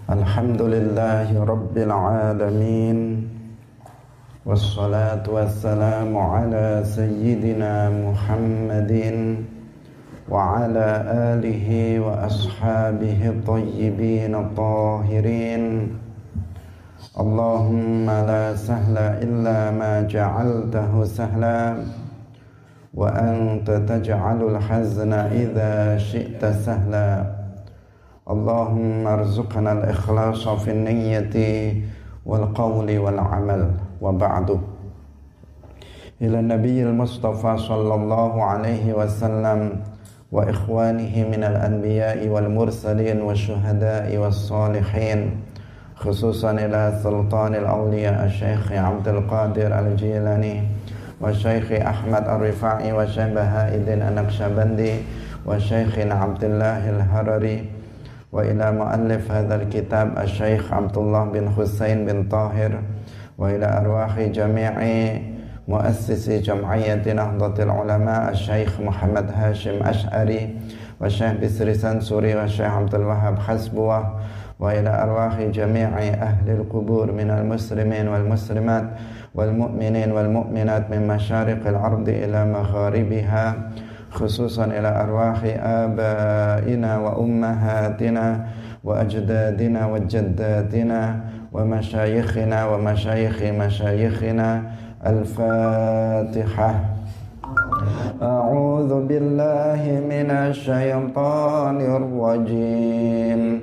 Alhamdulillahi Rabbil Alamin. Wassalatu wassalamu ala Sayyidina Muhammadin wa ala alihi wa ashabihi tayyibin tahirin. Allahumma la sahla illa ma ja'altahu sahla wa anta taj'alul hazna idha syi'ta sahla. Allahumma arzuqna al-ikhlasa fi niyyati wal qawli wal amal wa ba'du. Ila nabiyil mustafa sallallahu alaihi wasallam wa ikhwanihi minal anbiya'i wal mursalin wa syuhada'i was salihin, khususan ila sultanil awliya Syekh Abdul Qadir Al-Jilani wa Syekh Ahmad Ar-Rifa'i wa Syekh Bahauddin An-Naqsyabandi wa Syekh Abdullah Al-Harari wa ila muallif hadzal kitab Asy-Syaikh Abdullah bin Husain bin Tahir wa ila arwahi jami'i muassisi jam'iyyati Nahdlatul Ulama Asy-Syaikh Muhammad Hashim Asy'ari wa Syekh Bisri Sansuri wa Syekh Abdul Wahhab Hasbuwah wa ila arwahi jami'i ahli al-qubur minal muslimin wal muslimat wal mu'minin wal mu'minat min masyariqil ardi ila magharibiha, khususan ila arwahi abaina wa ummahatina wa ajdadina wa jaddatina wa masyayikhina wa masyayikhi masyayikhina. Al-Fatihah. A'udzu billahi minasy syaithanir rajim.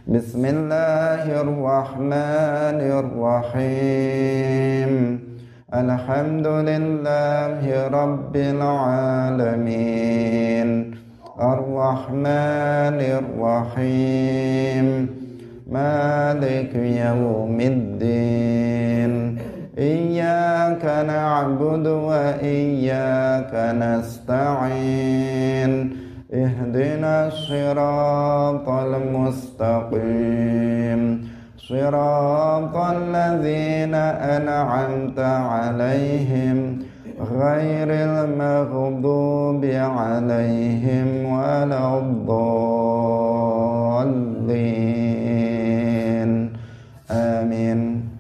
Bismillahirrahmanirrahim. Alhamdulillahi Rabbil Alamin. Ar-Rahmanir Rahim. Maliki Yawmiddin. Iyyaka na'budu wa iyyaka nasta'in. Ihdinas siratal mustaqim. Siratal ladzina an'amta 'alaihim ghairil maghdubi 'alaihim waladdallin. Amin.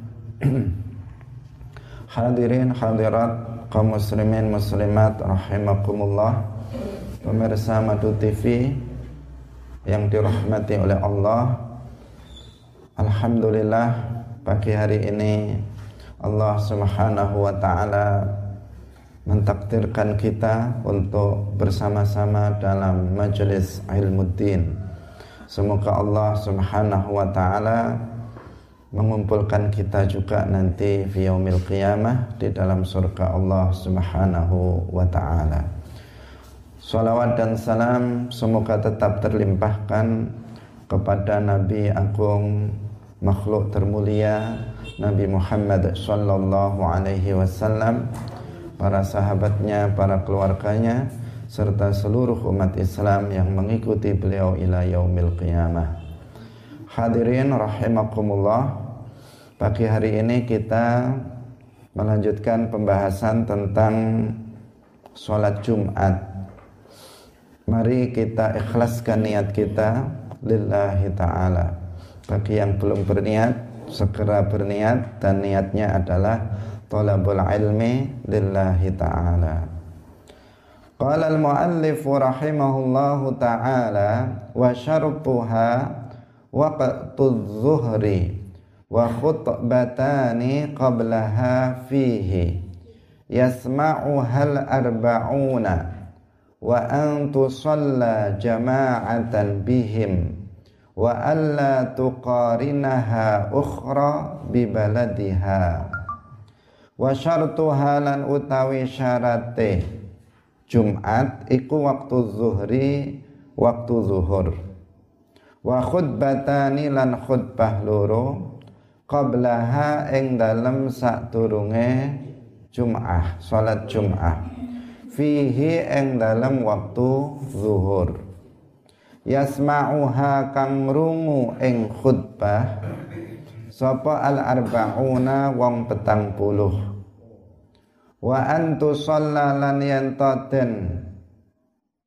Hadirin hadirat kaum muslimin muslimat rahimakumullah, pemirsa Madu TV yang dirahmati oleh Allah. Alhamdulillah, pagi hari ini Allah Subhanahu wa ta'ala mentakdirkan kita untuk bersama-sama dalam majelis ilmuddin. Semoga Allah Subhanahu wa ta'ala mengumpulkan kita juga nanti fi yaumil qiyamah di dalam surga Allah Subhanahu wa ta'ala. Salawat dan salam semoga tetap terlimpahkan kepada Nabi Agung, makhluk termulia Nabi Muhammad sallallahu alaihi wasallam, para sahabatnya, para keluarganya, serta seluruh umat Islam yang mengikuti beliau ila yaumil qiyamah. Hadirin rahimakumullah, pagi hari ini kita melanjutkan pembahasan tentang sholat Jumat. Mari kita ikhlaskan niat kita lillahi ta'ala. Bagi yang belum berniat, segera berniat, dan niatnya adalah thalabul ilmi lillahi ta'ala. Qala al-muallif rahimahullahu ta'ala wa syartuha waqtudz zuhri wa khutbatani qablaha fihi yasma'uhal arba'una wa an tusalla jama'atan bihim wa alla tuqarinaha ukhra bi baladiha. Wa syartuha lan utawi syarate Jumat iku waktu zuhri, waktu zuhur. Wa khutbatani lan khutbah loro qablaha ing dalem sadurunge Jum'ah, salat Jum'ah. Fihi ing dalem waktu zuhur. Yasma'uha kang rungu ing khutbah sapa al-arba'una wong 40. Wa antu shallalan yantaden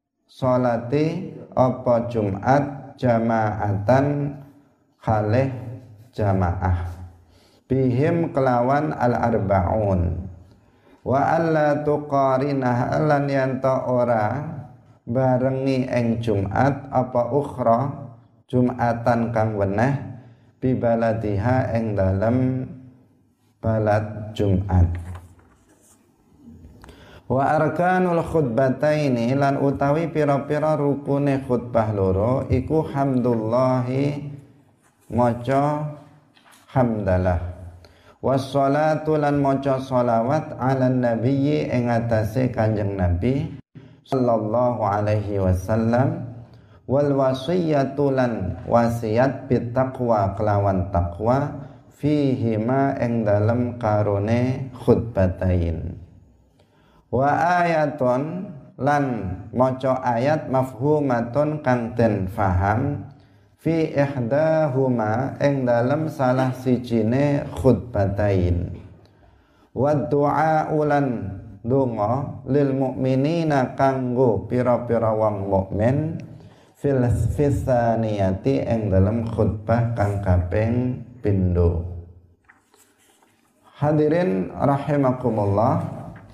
salati apa Jumat jama'atan khalih jamaah bihim kelawan al-arba'un wa alla tuqarinah lan yanta ora barengi ing Jumat apa ukhra Jumatan kang weneh bi baladiha ing dalem balad Jumat. Wa arkanul khutbataini lan utawi pira-pira rukune khutbah loro iku hamdulillahi maca hamdalah wassalatu lan maca sholawat ala nabiyyi ing atase Kanjeng Nabi sallallahu alaihi wasallam wal wasiyatu lan wasiat bitaqwa kelawan taqwa fihi ma ing dalem karone khutbatain wa ayatun lan maca ayat mafhumatun kang den faham fi ihdahuma ing dalem salah sijine khutbatain wa du'a ulan donga lil mukminina kanggo pira-pira wong mukmin fil tsaniyati ing dalem khutbah kang kaping pindho. Hadirin rahimakumullah,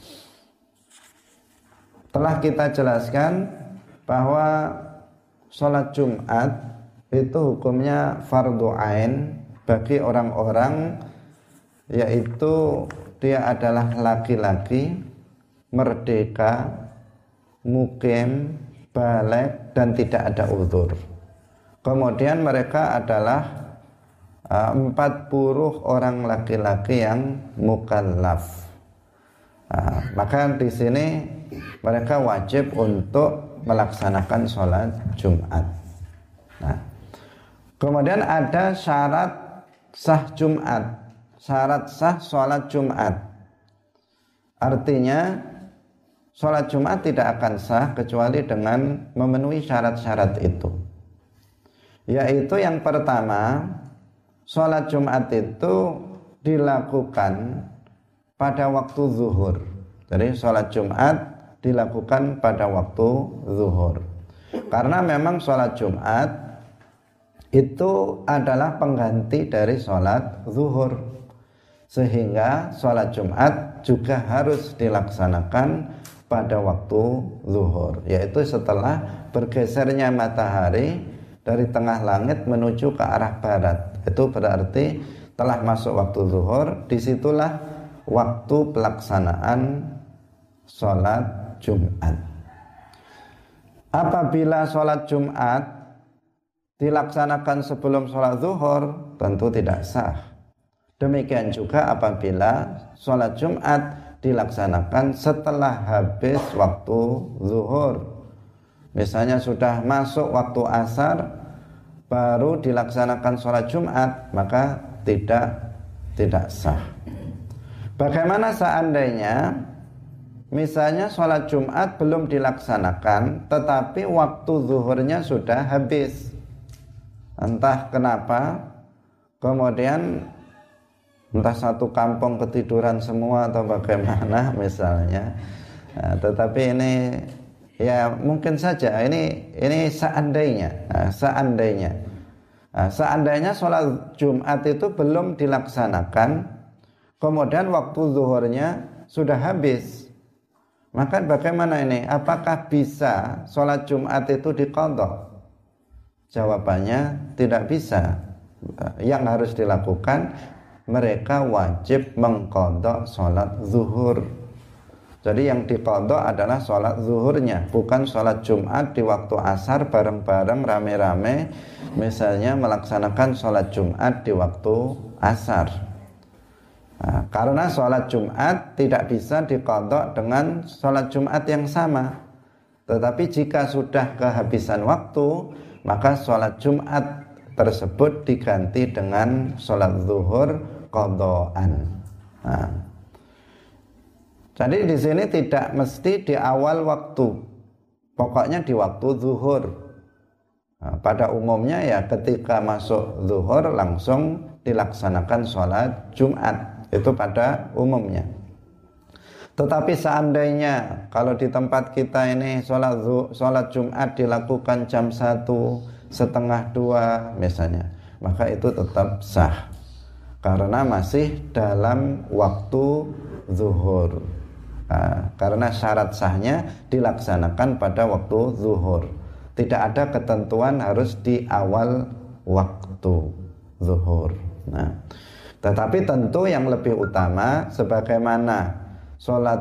telah kita jelaskan bahwa sholat Jumat itu hukumnya fardu ain bagi orang-orang, yaitu dia adalah laki-laki, merdeka, mukim, baligh dan tidak ada uzur. Kemudian mereka adalah 40 orang laki-laki yang mukallaf. Maka di sini mereka wajib untuk melaksanakan sholat Jumat. Nah, kemudian ada syarat sah Jumat, syarat sah sholat Jumat. Artinya sholat Jumat tidak akan sah kecuali dengan memenuhi syarat-syarat itu. Yaitu yang pertama, sholat Jumat itu dilakukan pada waktu zuhur. Jadi sholat Jumat dilakukan pada waktu zuhur. Karena memang sholat Jumat itu adalah pengganti dari sholat zuhur, sehingga sholat Jumat juga harus dilaksanakan pada waktu zuhur, yaitu setelah bergesernya matahari dari tengah langit menuju ke arah barat. Itu berarti telah masuk waktu zuhur. Disitulah waktu pelaksanaan sholat Jumat. Apabila sholat Jumat dilaksanakan sebelum sholat zuhur, tentu tidak sah. Demikian juga apabila sholat Jumat dilaksanakan setelah habis waktu zuhur. Misalnya sudah masuk waktu asar baru dilaksanakan sholat Jumat, maka tidak sah. Bagaimana seandainya misalnya sholat Jumat belum dilaksanakan tetapi waktu zuhurnya sudah habis, entah kenapa, kemudian entah satu kampung ketiduran semua atau bagaimana misalnya. Nah, tetapi ini ya mungkin saja ini seandainya seandainya sholat Jumat itu belum dilaksanakan, kemudian waktu zuhurnya sudah habis, maka bagaimana ini? Apakah bisa sholat Jumat itu diqadha? Jawabannya tidak bisa. Yang harus dilakukan, mereka wajib mengqadha sholat zuhur. Jadi yang diqadha adalah sholat zuhurnya, bukan sholat Jumat di waktu asar bareng-bareng rame-rame, misalnya melaksanakan sholat Jumat di waktu asar. Nah, karena sholat Jumat tidak bisa diqadha dengan sholat Jumat yang sama. Tetapi jika sudah kehabisan waktu, maka sholat Jumat tersebut diganti dengan sholat zuhur qadhaan. Nah, jadi di sini tidak mesti di awal waktu, pokoknya di waktu zuhur. Nah, pada umumnya ya ketika masuk zuhur langsung dilaksanakan sholat Jumat. Itu pada umumnya. Tetapi seandainya kalau di tempat kita ini sholat Jumat dilakukan jam 1, setengah 2 misalnya, maka itu tetap sah karena masih dalam waktu zuhur. Karena syarat sahnya dilaksanakan pada waktu zuhur. Tidak ada ketentuan harus di awal waktu zuhur. Nah, tetapi tentu yang lebih utama sebagaimana sholat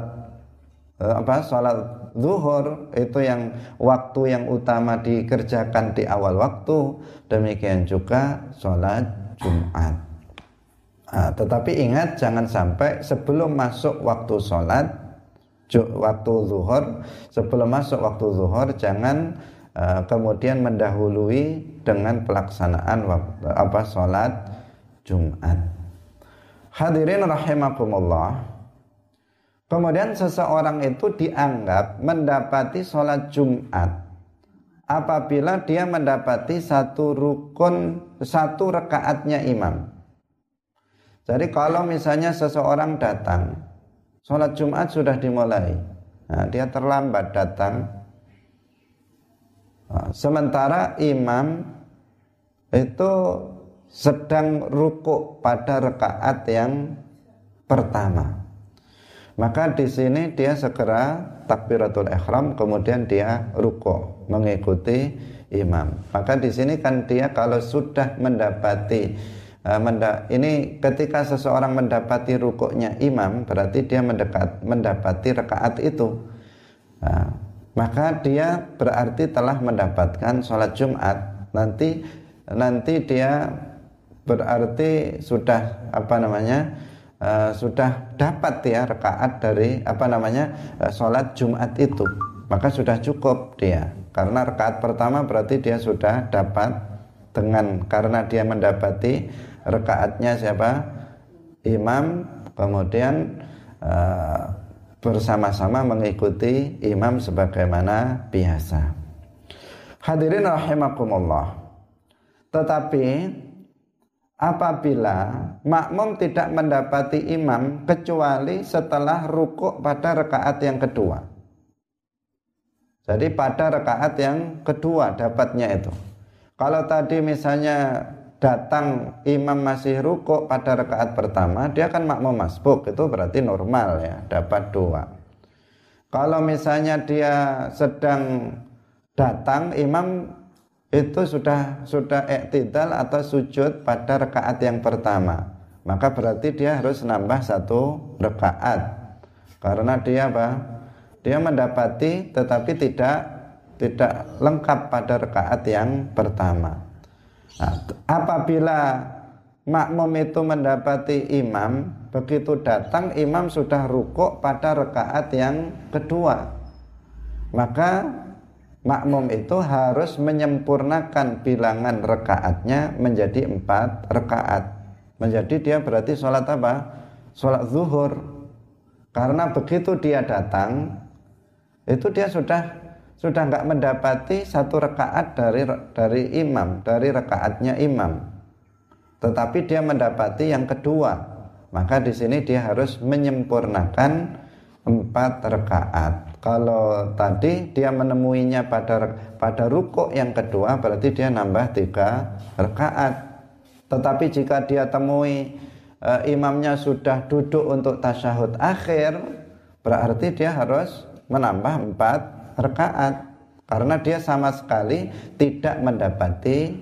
zuhur itu yang waktu yang utama dikerjakan di awal waktu, demikian juga sholat Jumat. Tetapi ingat, jangan sampai sebelum masuk waktu sholat waktu zuhur, sebelum masuk waktu zuhur jangan kemudian mendahului dengan pelaksanaan sholat Jumat. Hadirin rahimakumullah. Kemudian seseorang itu dianggap mendapati sholat Jumat apabila dia mendapati satu rakaatnya imam. Jadi kalau misalnya seseorang datang, sholat Jumat sudah dimulai, nah, dia terlambat datang, sementara imam itu sedang rukuk pada rakaat yang pertama, maka di sini dia segera takbiratul ihram, kemudian dia rukuk mengikuti imam. Maka di sini kan dia kalau sudah mendapati ini ketika seseorang mendapati rukuknya imam, berarti dia mendapati rakaat itu. Maka dia berarti telah mendapatkan sholat Jumat. Nanti dia berarti sudah sudah dapat ya rakaat dari sholat Jumat itu. Maka sudah cukup dia, karena rakaat pertama berarti dia sudah dapat karena dia mendapati rakaatnya siapa? Imam, kemudian bersama-sama mengikuti imam sebagaimana biasa. Hadirin rahimakumullah. Tetapi apabila makmum tidak mendapati imam kecuali setelah rukuk pada rakaat yang kedua. Jadi pada rakaat yang kedua dapatnya itu. Kalau tadi misalnya datang imam masih rukuk pada rakaat pertama, dia kan makmum masbuk, itu berarti normal ya, dapat 2. Kalau misalnya dia sedang datang, imam itu sudah iktidal atau sujud pada rakaat yang pertama, maka berarti dia harus nambah 1 rakaat, karena dia dia mendapati tetapi tidak lengkap pada rakaat yang pertama. Nah, apabila makmum itu mendapati imam, begitu datang imam sudah rukuk pada rakaat yang kedua, maka makmum itu harus menyempurnakan bilangan rakaatnya menjadi 4 rakaat. Menjadi dia berarti sholat sholat zuhur. Karena begitu dia datang, itu dia sudah nggak mendapati 1 rakaat dari imam, dari rakaatnya imam, tetapi dia mendapati yang kedua, maka di sini dia harus menyempurnakan 4 rakaat. Kalau tadi dia menemuinya pada rukuk yang kedua, berarti dia nambah 3 rakaat. Tetapi jika dia temui imamnya sudah duduk untuk tasyahud akhir, berarti dia harus menambah 4 rakaat, karena dia sama sekali tidak mendapati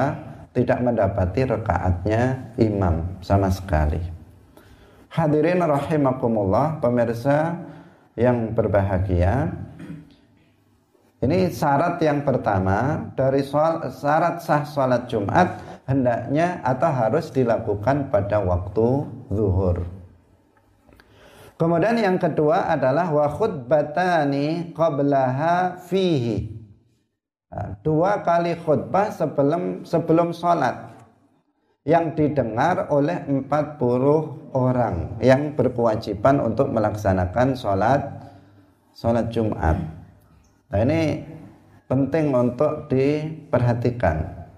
rakaatnya imam sama sekali. Hadirin rahimakumullah, pemirsa yang berbahagia, ini syarat yang pertama dari syarat sah salat Jumat, hendaknya atau harus dilakukan pada waktu zuhur. Kemudian yang kedua adalah wa khutbatani qablaha fihi. 2 kali khutbah sebelum sholat yang didengar oleh 40 orang yang berkewajiban untuk melaksanakan sholat Jumat. Nah, ini penting untuk diperhatikan,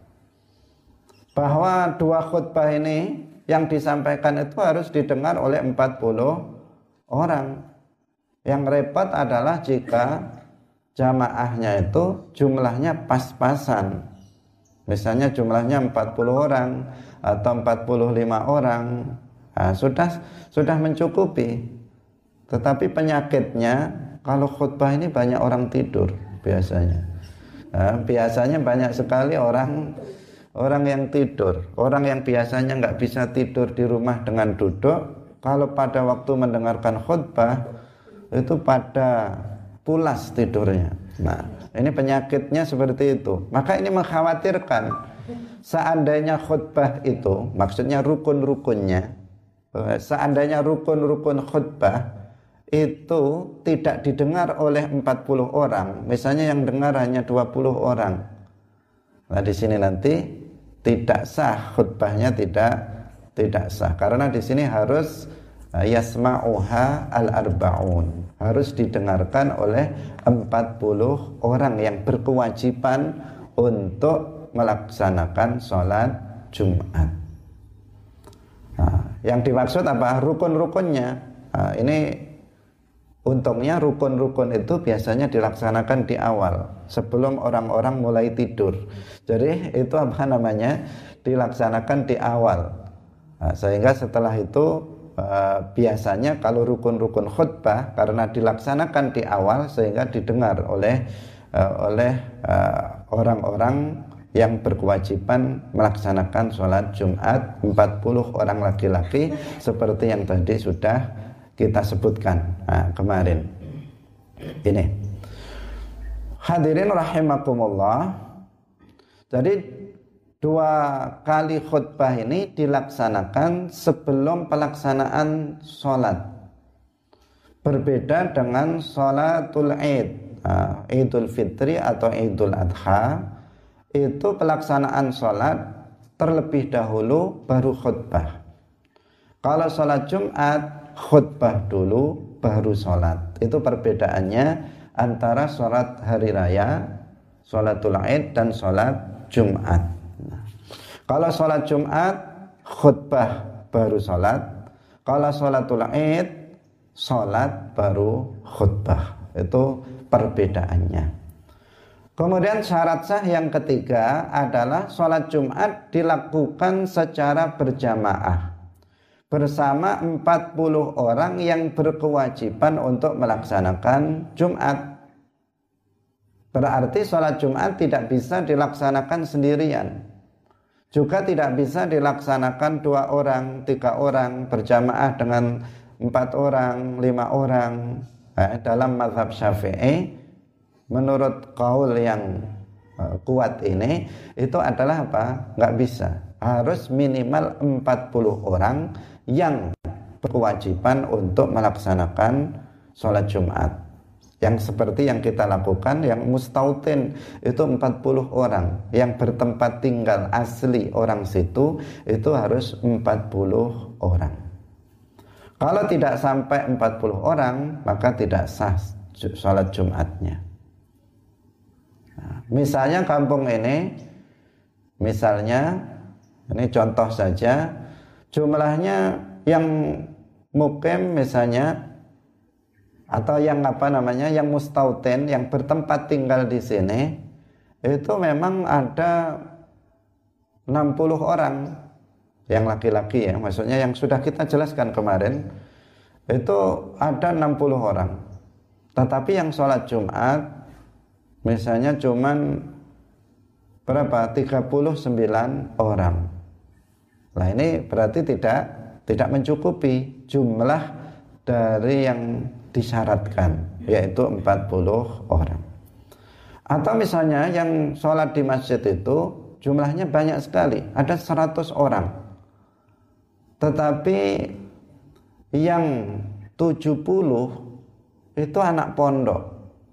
bahwa 2 khutbah ini yang disampaikan itu harus didengar oleh 40 orang. Yang repot adalah jika jamaahnya itu jumlahnya pas-pasan. misalnya jumlahnya 40 orang atau 45 orang, nah, sudah mencukupi. Tetapi penyakitnya kalau khutbah ini banyak orang tidur biasanya. Nah, biasanya banyak sekali orang yang tidur, orang yang biasanya nggak bisa tidur di rumah dengan duduk, kalau pada waktu mendengarkan khutbah itu pada pulas tidurnya. Nah, ini penyakitnya seperti itu. Maka ini mengkhawatirkan seandainya khutbah itu, maksudnya rukun-rukunnya, seandainya rukun-rukun khutbah itu tidak didengar oleh 40 orang, misalnya yang dengar hanya 20 orang. Nah, di sini nanti tidak sah khutbahnya, tidak sah karena di sini harus yasma'uha al-arba'un, harus didengarkan oleh 40 orang yang berkewajiban untuk melaksanakan sholat Jumat. Nah, yang dimaksud apa? Rukun-rukunnya. Nah, ini untungnya rukun-rukun itu biasanya dilaksanakan di awal sebelum orang-orang mulai tidur. Jadi itu apa namanya? Dilaksanakan di awal. Nah, sehingga setelah itu biasanya kalau rukun-rukun khutbah karena dilaksanakan di awal sehingga didengar oleh orang-orang yang berkewajiban melaksanakan sholat Jumat, 40 orang laki-laki seperti yang tadi sudah kita sebutkan kemarin. Ini hadirin rahimakumullah. Jadi 2 kali khutbah ini dilaksanakan sebelum pelaksanaan sholat. Berbeda dengan sholatul Id, Idul Fitri atau Idul Adha, itu pelaksanaan sholat terlebih dahulu baru khutbah. Kalau sholat Jumat khutbah dulu baru sholat. Itu perbedaannya antara sholat hari raya, sholatul Id dan sholat Jumat. Nah, kalau sholat Jumat khutbah baru sholat, kalau sholatul Id sholat baru khutbah. Itu perbedaannya. Kemudian syarat sah yang ketiga adalah sholat Jumat dilakukan secara berjamaah bersama 40 orang yang berkewajiban untuk melaksanakan Jumat. Berarti sholat Jumat tidak bisa dilaksanakan sendirian, juga tidak bisa dilaksanakan 2 orang, 3 orang berjamaah dengan 4 orang, 5 orang. Dalam mazhab Syafi'i, menurut qaul yang kuat ini, itu adalah apa? Nggak bisa. Harus minimal 40 orang yang berkewajiban untuk melaksanakan sholat Jumat. Yang seperti yang kita lakukan, yang mustautin itu 40 orang, yang bertempat tinggal asli orang situ itu harus 40 orang. Kalau tidak sampai 40 orang, maka tidak sah sholat Jumatnya. Nah, misalnya kampung ini, misalnya ini contoh saja, jumlahnya yang mukim misalnya, atau yang yang mustautin, yang bertempat tinggal di sini, itu memang ada 60 orang yang laki-laki, ya, maksudnya yang sudah kita jelaskan kemarin, itu ada 60 orang. Tetapi yang sholat Jumat misalnya cuman berapa? 39 orang. Nah, ini berarti tidak mencukupi jumlah dari yang disyaratkan, yaitu 40 orang. Atau misalnya yang sholat di masjid itu jumlahnya banyak sekali, ada 100 orang. Tetapi yang 70 itu anak pondok.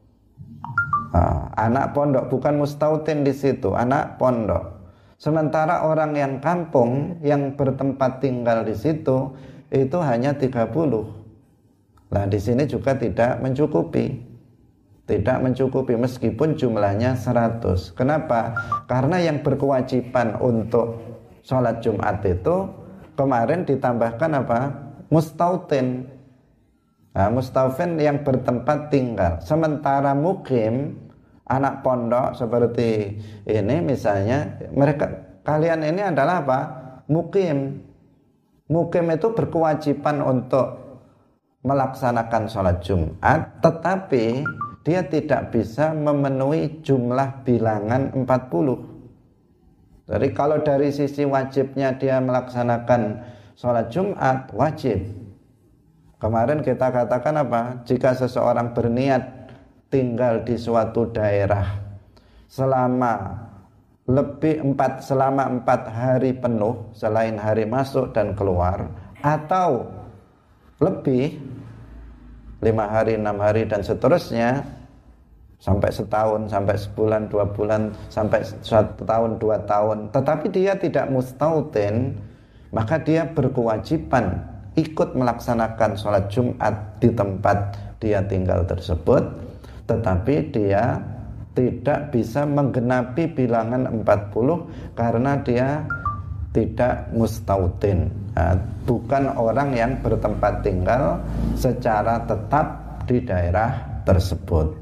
Anak pondok, bukan mustautin di situ, anak pondok. Sementara orang yang kampung yang bertempat tinggal di situ itu hanya 30. Nah, di sini juga tidak mencukupi. Tidak mencukupi meskipun jumlahnya 100. Kenapa? Karena yang berkewajiban untuk sholat Jumat itu kemarin ditambahkan apa? Mustautin. Nah, mustautin yang bertempat tinggal. Sementara mukim anak pondok seperti ini misalnya, kalian ini adalah apa? Mukim. Mukim itu berkewajiban untuk melaksanakan sholat Jumat, tetapi dia tidak bisa memenuhi jumlah bilangan 40. Jadi kalau dari sisi wajibnya dia melaksanakan sholat Jumat, wajib. Kemarin kita katakan apa? Jika seseorang berniat tinggal di suatu daerah selama 4 hari penuh selain hari masuk dan keluar, atau lebih 5 hari, 6 hari dan seterusnya, sampai setahun, sampai sebulan, 2 bulan, sampai 1 tahun, 2 tahun, tetapi dia tidak mustautin, maka dia berkewajiban ikut melaksanakan sholat Jumat di tempat dia tinggal tersebut, tetapi dia tidak bisa menggenapi bilangan 40 karena dia tidak mustautin, bukan orang yang bertempat tinggal secara tetap di daerah tersebut.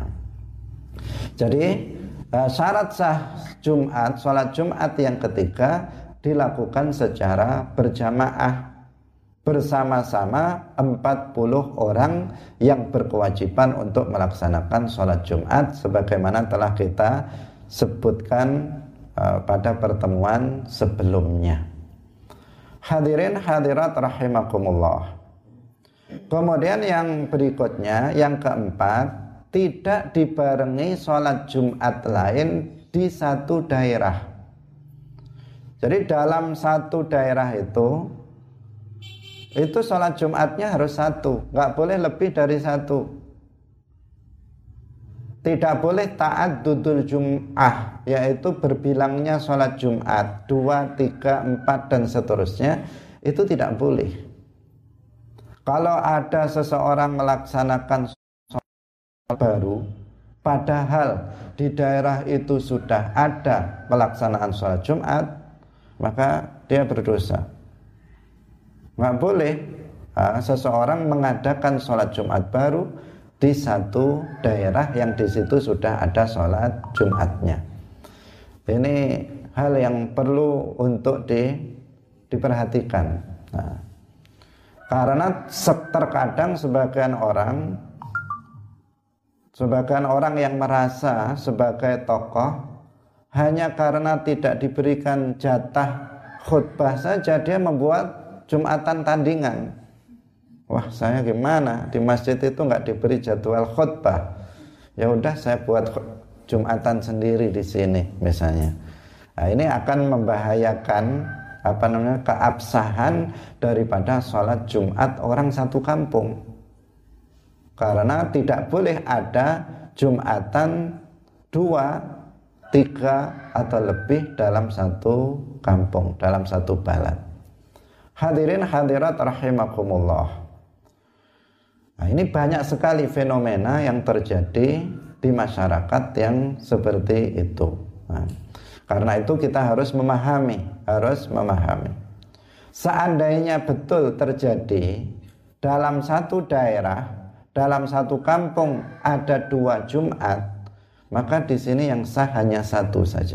Jadi syarat sah Jumat, sholat Jumat yang ketiga dilakukan secara berjamaah bersama-sama 40 orang yang berkewajiban untuk melaksanakan sholat Jumat sebagaimana telah kita sebutkan pada pertemuan sebelumnya. Hadirin hadirat rahimakumullah. Kemudian yang berikutnya, yang keempat, tidak dibarengi sholat Jumat lain di satu daerah. Jadi dalam satu daerah itu sholat Jumatnya harus satu, nggak boleh lebih dari satu. Tidak boleh ta'addudul Jum'ah, yaitu berbilangnya sholat Jumat 2, 3, 4 dan seterusnya, itu tidak boleh. Kalau ada seseorang melaksanakan sholat baru, padahal di daerah itu sudah ada pelaksanaan sholat Jumat, maka dia berdosa. Nggak boleh seseorang mengadakan sholat Jumat baru di satu daerah yang di situ sudah ada sholat Jumatnya. Ini hal yang perlu untuk diperhatikan. Karena terkadang sebagian orang yang merasa sebagai tokoh hanya karena tidak diberikan jatah khutbah saja dia membuat Jumatan tandingan. Wah, saya gimana? Di masjid itu nggak diberi jadwal khutbah. Ya udah, saya buat Jumatan sendiri di sini, misalnya. Nah, ini akan membahayakan keabsahan daripada sholat Jumat orang satu kampung. Karena tidak boleh ada Jumatan 2, 3 atau lebih dalam satu kampung, dalam satu balad. Hadirin hadirat rahimakumullah. Nah, ini banyak sekali fenomena yang terjadi di masyarakat yang seperti itu. Nah, karena itu kita harus memahami. Seandainya betul terjadi dalam satu daerah, dalam satu kampung ada 2 Jumat, maka di sini yang sah hanya satu saja,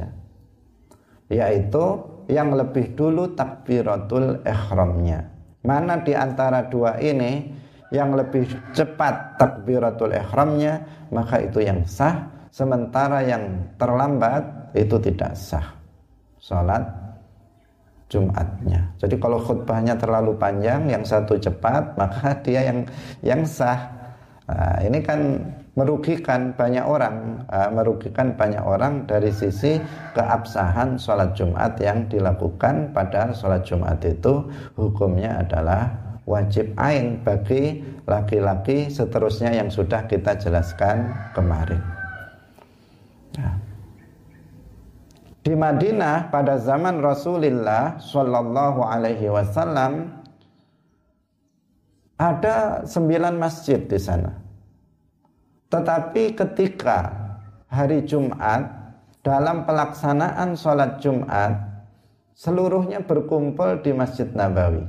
yaitu yang lebih dulu takbiratul ihramnya. Mana di antara 2 ini yang lebih cepat takbiratul ihramnya, maka itu yang sah. Sementara yang terlambat itu tidak sah sholat Jumatnya. Jadi kalau khutbahnya terlalu panjang, yang satu cepat, maka dia yang sah. Nah, ini kan merugikan banyak orang dari sisi keabsahan sholat Jumat yang dilakukan. Pada sholat Jumat itu hukumnya adalah wajib ain bagi laki-laki, seterusnya yang sudah kita jelaskan kemarin. Nah, di Madinah pada zaman Rasulullah Shallallahu Alaihi Wasallam ada 9 masjid di sana. Tetapi ketika hari Jumat, dalam pelaksanaan sholat Jumat, seluruhnya berkumpul di Masjid Nabawi.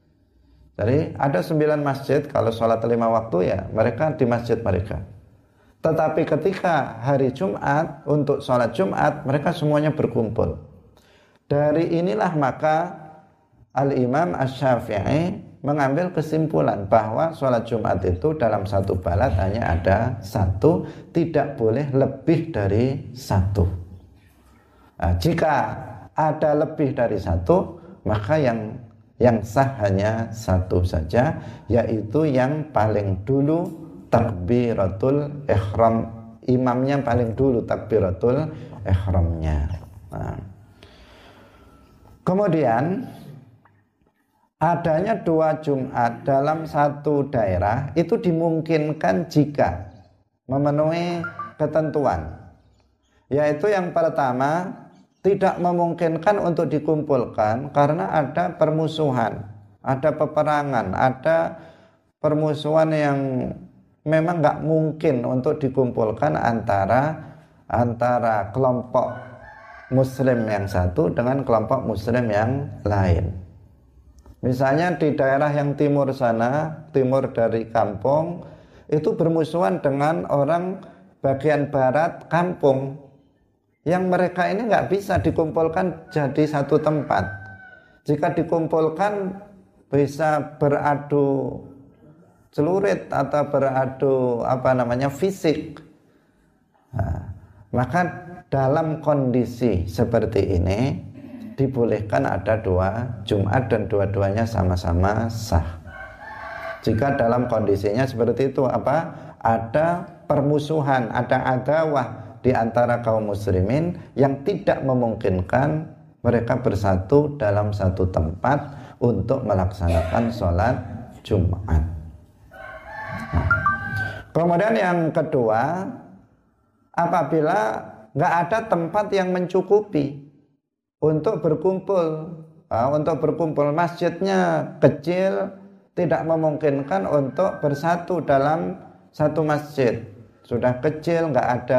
Jadi ada 9 masjid, kalau sholat 5 waktu ya mereka di masjid mereka. Tetapi ketika hari Jumat untuk sholat Jumat, mereka semuanya berkumpul. Dari inilah maka Al-Imam Asy-Syafi'i mengambil kesimpulan bahwa sholat Jumat itu dalam satu balad hanya ada satu, tidak boleh lebih dari satu. Nah, jika ada lebih dari satu, maka yang sah hanya satu saja, yaitu yang paling dulu takbiratul ihram, imamnya paling dulu takbiratul ihramnya. Nah, kemudian adanya dua Jumat dalam satu daerah itu dimungkinkan jika memenuhi ketentuan, yaitu yang pertama tidak memungkinkan untuk dikumpulkan karena ada permusuhan, ada peperangan, ada permusuhan yang memang nggak mungkin untuk dikumpulkan antara kelompok Muslim yang satu dengan kelompok Muslim yang lain. Misalnya di daerah yang timur sana, timur dari kampung, itu bermusuhan dengan orang bagian barat kampung, yang mereka ini nggak bisa dikumpulkan jadi satu tempat. Jika dikumpulkan bisa beradu celurit atau beradu fisik. Nah, maka dalam kondisi seperti ini dibolehkan ada dua Jumat dan dua-duanya sama-sama sah. Jika dalam kondisinya seperti itu ada permusuhan, ada adawah di antara kaum muslimin yang tidak memungkinkan mereka bersatu dalam satu tempat untuk melaksanakan sholat Jumat. Nah, kemudian yang kedua, apabila nggak ada tempat yang mencukupi untuk berkumpul, masjidnya kecil, tidak memungkinkan untuk bersatu dalam satu masjid. Sudah kecil, nggak ada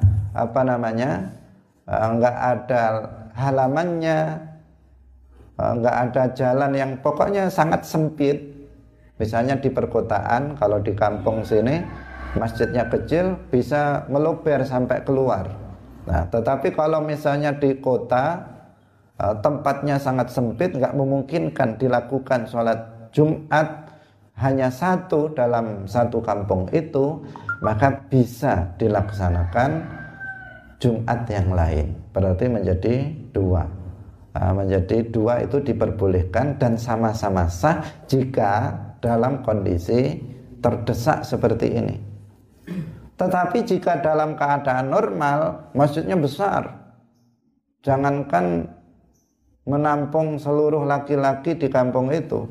nggak ada halamannya, nggak ada jalan yang pokoknya sangat sempit. Misalnya di perkotaan, kalau di kampung sini masjidnya kecil bisa meluber sampai keluar. Nah, tetapi kalau misalnya di kota tempatnya sangat sempit, nggak memungkinkan dilakukan sholat Jumat hanya satu dalam satu kampung itu, maka bisa dilaksanakan Jumat yang lain, berarti menjadi dua. Menjadi dua itu diperbolehkan dan sama-sama sah jika dalam kondisi terdesak seperti ini. Tetapi jika dalam keadaan normal, masjidnya besar, jangankan menampung seluruh laki-laki di kampung itu,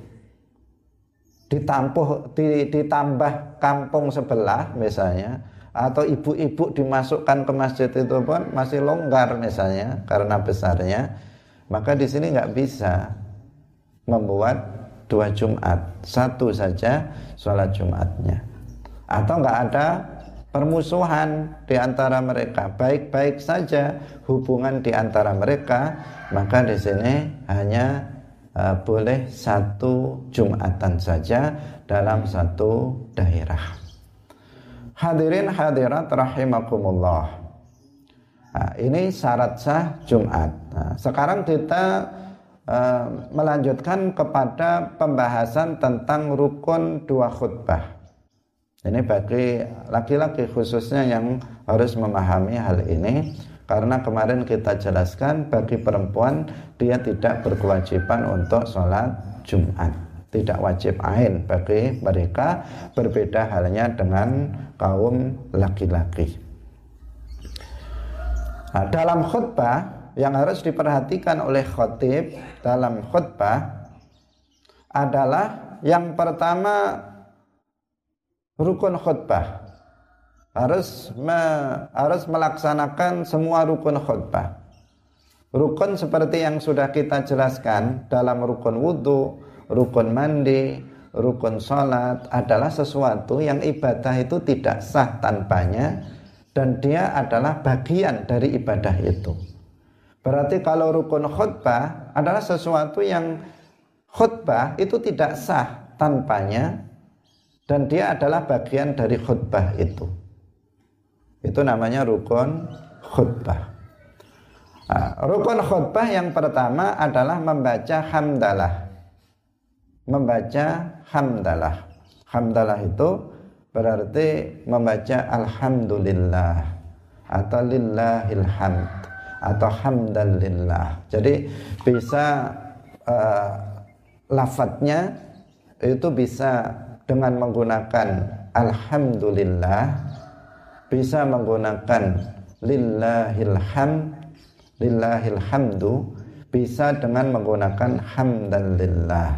ditambah kampung sebelah misalnya, atau ibu-ibu dimasukkan ke masjid itu pun masih longgar misalnya karena besarnya, maka di sini nggak bisa membuat dua Jumat, satu saja sholat Jumatnya. Atau nggak ada permusuhan di antara mereka, baik-baik saja hubungan di antara mereka, maka di sini hanya boleh satu Jumatan saja dalam satu daerah. Hadirin hadirat rahimakumullah. Nah, ini syarat sah Jumat. Nah, sekarang kita melanjutkan kepada pembahasan tentang rukun dua khutbah. Ini bagi laki-laki khususnya yang harus memahami hal ini, karena kemarin kita jelaskan bagi perempuan dia tidak berkewajiban untuk sholat Jumat. Tidak wajib ain bagi mereka, berbeda halnya dengan kaum laki-laki. Nah, dalam khutbah yang harus diperhatikan oleh khatib dalam khutbah adalah yang pertama rukun khutbah. Harus melaksanakan semua rukun khutbah. Rukun seperti yang sudah kita jelaskan dalam rukun wudhu, rukun mandi, rukun sholat adalah sesuatu yang ibadah itu tidak sah tanpanya, dan dia adalah bagian dari ibadah itu. Berarti kalau rukun khutbah adalah sesuatu yang khutbah itu tidak sah tanpanya, dan dia adalah bagian dari khutbah itu. Itu namanya rukun khutbah. Rukun khutbah yang pertama adalah membaca hamdalah. Membaca hamdalah. Hamdalah itu berarti membaca alhamdulillah atau lillahil hamd atau hamdalillah. Jadi bisa lafadznya itu bisa dengan menggunakan alhamdulillah, bisa menggunakan lillahil hamd, lillahil hamdu, bisa dengan menggunakan hamdalillah.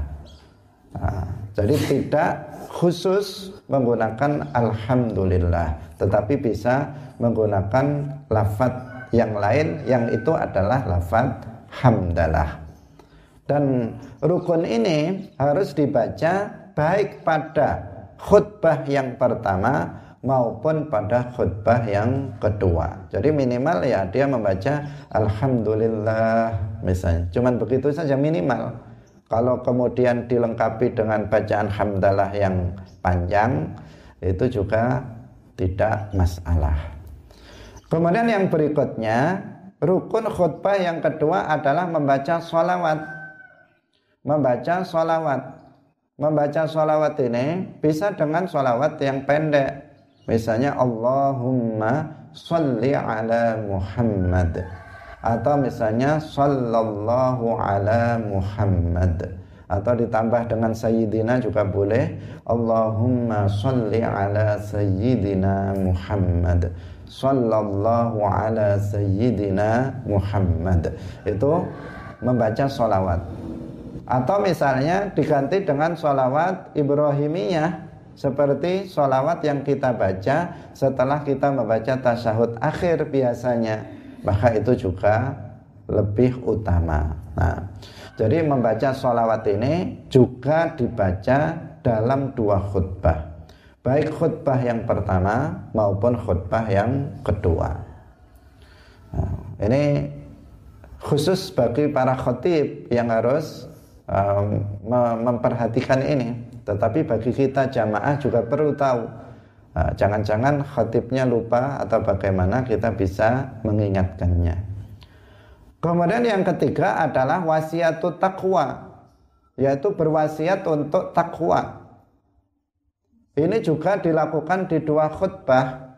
Jadi tidak khusus menggunakan alhamdulillah, tetapi bisa menggunakan lafadz yang lain yang itu adalah lafadz hamdalah. Dan rukun ini harus dibaca baik pada khutbah yang pertama maupun pada khutbah yang kedua. Jadi minimal ya dia membaca alhamdulillah misalnya. Cuman begitu saja minimal. Kalau kemudian dilengkapi dengan bacaan hamdalah yang panjang, itu juga tidak masalah. Kemudian yang berikutnya, rukun khutbah yang kedua adalah membaca sholawat. Membaca sholawat. Membaca sholawat ini bisa dengan sholawat yang pendek. Misalnya Allahumma sholli ala Muhammad, atau misalnya sallallahu ala Muhammad, atau ditambah dengan sayyidina juga boleh, Allahumma sholli ala sayyidina Muhammad, sallallahu ala sayyidina Muhammad. Itu membaca sholawat. Atau misalnya diganti dengan sholawat Ibrahimiyah, seperti sholawat yang kita baca setelah kita membaca tasyahud akhir biasanya, maka itu juga lebih utama. Nah, jadi membaca sholawat ini juga dibaca dalam dua khutbah, baik khutbah yang pertama maupun khutbah yang kedua. Nah, ini khusus bagi para khatib yang harus memperhatikan ini. Tetapi bagi kita jamaah juga perlu tahu. Jangan-jangan khatibnya lupa atau bagaimana, kita bisa mengingatkannya. Kemudian yang ketiga adalah wasiatut taqwa, yaitu berwasiat untuk takwa. Ini juga dilakukan di dua khutbah.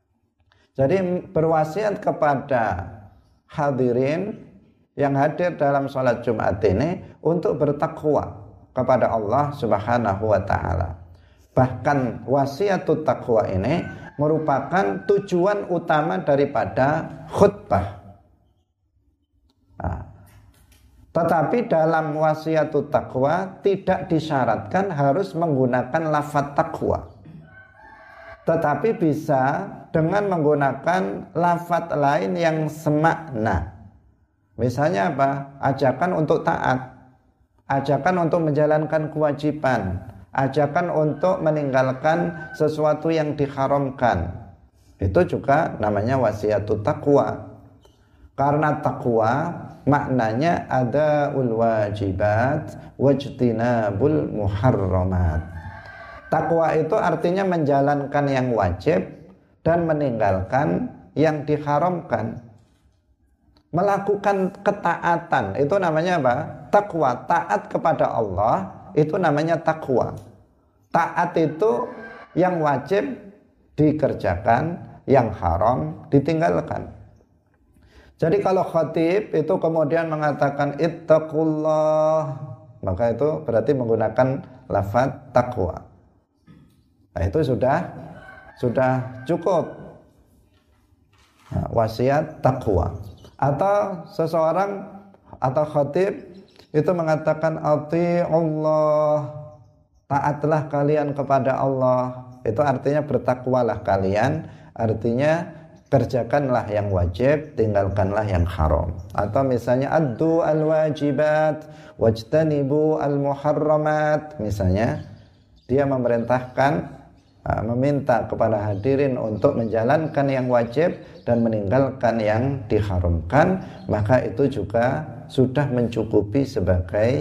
Jadi berwasiat kepada hadirin yang hadir dalam sholat Jumat ini untuk bertakwa kepada Allah Subhanahu wa ta'ala. Bahkan wasiatut taqwa ini merupakan tujuan utama daripada khutbah. Nah, tetapi dalam wasiatut taqwa tidak disyaratkan harus menggunakan lafadz taqwa, tetapi bisa dengan menggunakan lafadz lain yang semakna. Misalnya apa? Ajakan untuk taat, ajakan untuk menjalankan kewajiban, ajakan untuk meninggalkan sesuatu yang diharamkan. Itu juga namanya wasiatut taqwa. Karena taqwa maknanya adaul wajibat wajtinabul muharramat. Taqwa itu artinya menjalankan yang wajib dan meninggalkan yang diharamkan. Melakukan ketaatan itu namanya apa? Taqwa. Taat kepada Allah itu namanya taqwa. Taat itu yang wajib dikerjakan, yang haram ditinggalkan. Jadi kalau khatib itu kemudian mengatakan ittaqullah, maka itu berarti menggunakan lafaz taqwa. Nah, itu sudah cukup. Nah, wasiat taqwa. Atau seseorang atau khatib itu mengatakan ati'ullah, taatlah kalian kepada Allah. Itu artinya bertakwalah kalian, artinya kerjakanlah yang wajib, tinggalkanlah yang haram. Atau misalnya addu al-wajibat wajtanibu al-muharramat. Misalnya dia memerintahkan, meminta kepada hadirin untuk menjalankan yang wajib dan meninggalkan yang diharamkan, maka itu juga sudah mencukupi sebagai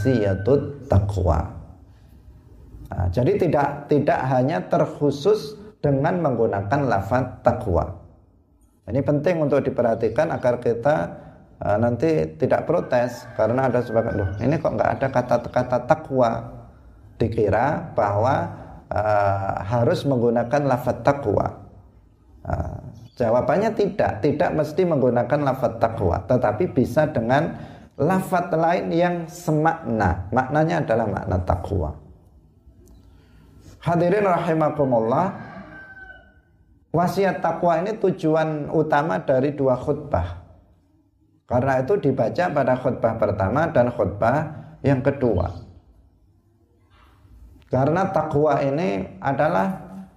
wasiatut taqwa. Nah, jadi tidak hanya terkhusus dengan menggunakan lafaz taqwa. Ini penting untuk diperhatikan agar kita nanti tidak protes karena ada sebagian, loh ini kok nggak ada kata-kata taqwa. Dikira bahwa harus menggunakan lafaz taqwa. Jawabannya tidak mesti menggunakan lafaz taqwa, tetapi bisa dengan lafaz lain yang semakna. Maknanya adalah makna taqwa. Hadirin rahimakumullah, wasiat taqwa ini tujuan utama dari 2 khutbah. Karena itu dibaca pada khutbah pertama dan khutbah yang kedua. Karena taqwa ini adalah